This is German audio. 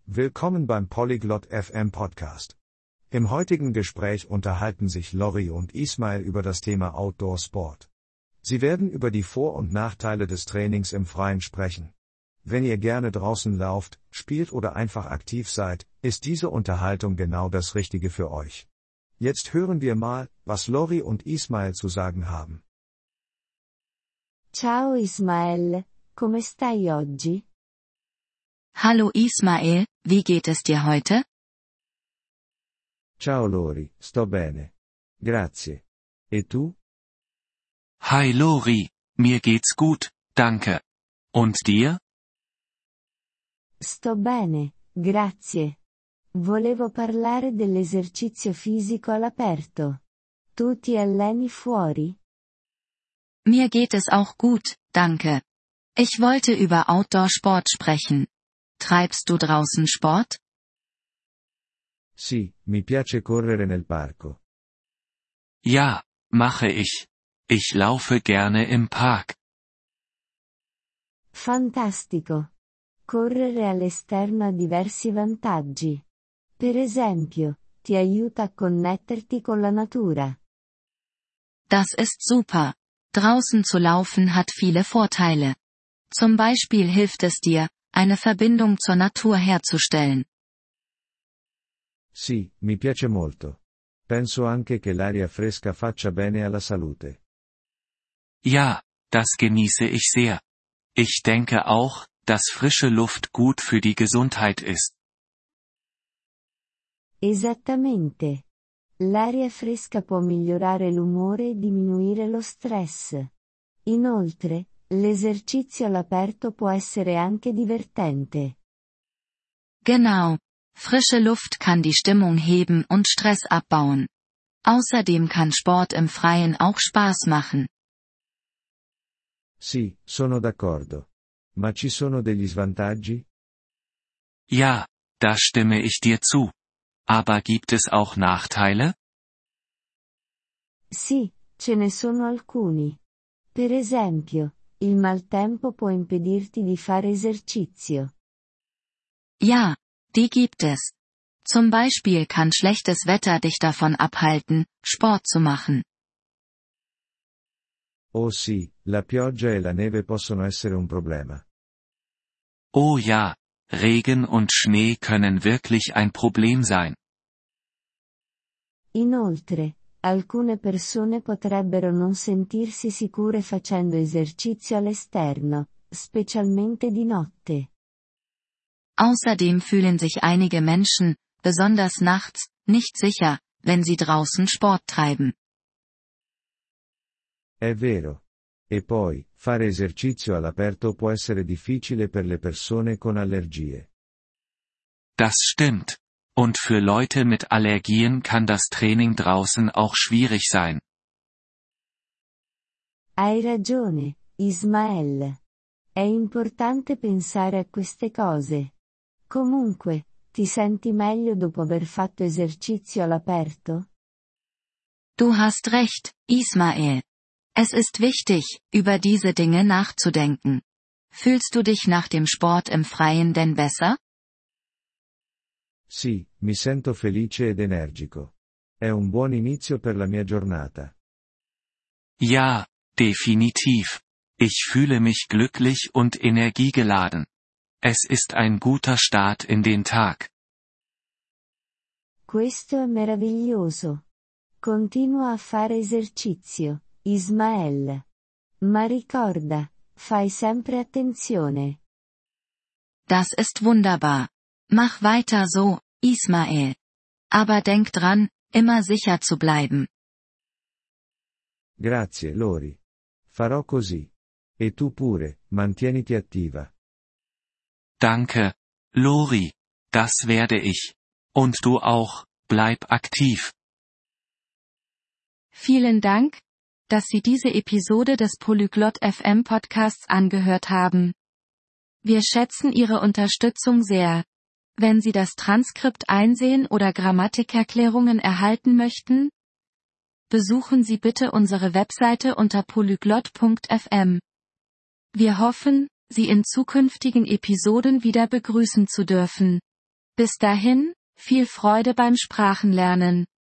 Willkommen beim Polyglot FM Podcast. Im heutigen Gespräch unterhalten sich Lori und Ismail über das Thema Outdoor Sport. Sie werden über die Vor- und Nachteile des Trainings im Freien sprechen. Wenn ihr gerne draußen lauft, spielt oder einfach aktiv seid, ist diese Unterhaltung genau das Richtige für euch. Jetzt hören wir mal, was Lori und Ismail zu sagen haben. Ciao Ismael, come stai oggi? Hallo Ismael, wie geht es dir heute? Ciao Lori, sto bene. Grazie. E tu? Hi Lori, mir geht's gut, danke. Und dir? Sto bene, grazie. Volevo parlare dell'esercizio fisico all'aperto. Tu ti alleni fuori? Mir geht es auch gut, danke. Ich wollte über Outdoor-Sport sprechen. Treibst du draußen Sport? Sì, mi piace correre nel parco. Ja, mache ich. Ich laufe gerne im Park. Fantastico. Correre all'esterno ha diversi vantaggi. Per esempio, ti aiuta a connetterti con la natura. Das ist super. Draußen zu laufen hat viele Vorteile. Zum Beispiel hilft es dir, eine Verbindung zur Natur herzustellen. Sì, mi piace molto. Penso anche che l'aria fresca faccia bene alla salute. Ja, das genieße ich sehr. Ich denke auch, dass frische Luft gut für die Gesundheit ist. Esattamente. L'aria fresca può migliorare l'umore e diminuire lo stress. Inoltre, l'esercizio all'aperto può essere anche divertente. Genau. Frische Luft kann die Stimmung heben und Stress abbauen. Außerdem kann Sport im Freien auch Spaß machen. Sì, sono d'accordo. Ma ci sono degli svantaggi? Ja, da stimme ich dir zu. Aber gibt es auch Nachteile? Sì, ce ne sono alcuni. Per esempio, il maltempo può impedirti di fare esercizio. Ja, die gibt es. Zum Beispiel kann schlechtes Wetter dich davon abhalten, Sport zu machen. Oh sì, la pioggia e la neve possono essere un problema. Oh ja, Regen und Schnee können wirklich ein Problem sein. Inoltre, alcune persone potrebbero non sentirsi sicure facendo esercizio all'esterno, specialmente di notte. Außerdem fühlen sich einige Menschen, besonders nachts, nicht sicher, wenn sie draußen Sport treiben. È vero. E poi, fare esercizio all'aperto può essere difficile per le persone con allergie. Das stimmt. Und für Leute mit Allergien kann das Training draußen auch schwierig sein. Hai ragione, Ismael. È importante pensare a queste cose. Comunque, ti senti meglio dopo aver fatto esercizio all'aperto? Du hast recht, Ismael. Es ist wichtig, über diese Dinge nachzudenken. Fühlst du dich nach dem Sport im Freien denn besser? Sì, mi sento felice ed energico. È un buon inizio per la mia giornata. Ja, definitiv. Ich fühle mich glücklich und energiegeladen. Es ist ein guter Start in den Tag. Questo è meraviglioso. Continua a fare esercizio, Ismael. Ma ricorda, fai sempre attenzione. Das ist wunderbar. Mach weiter so, Ismael. Aber denk dran, immer sicher zu bleiben. Grazie, Lori. Farò così. E tu pure, mantieniti attiva. Danke, Lori. Das werde ich. Und du auch, bleib aktiv. Vielen Dank, dass Sie diese Episode des Polyglot FM Podcasts angehört haben. Wir schätzen Ihre Unterstützung sehr. Wenn Sie das Transkript einsehen oder Grammatikerklärungen erhalten möchten, besuchen Sie bitte unsere Webseite unter polyglot.fm. Wir hoffen, Sie in zukünftigen Episoden wieder begrüßen zu dürfen. Bis dahin, viel Freude beim Sprachenlernen.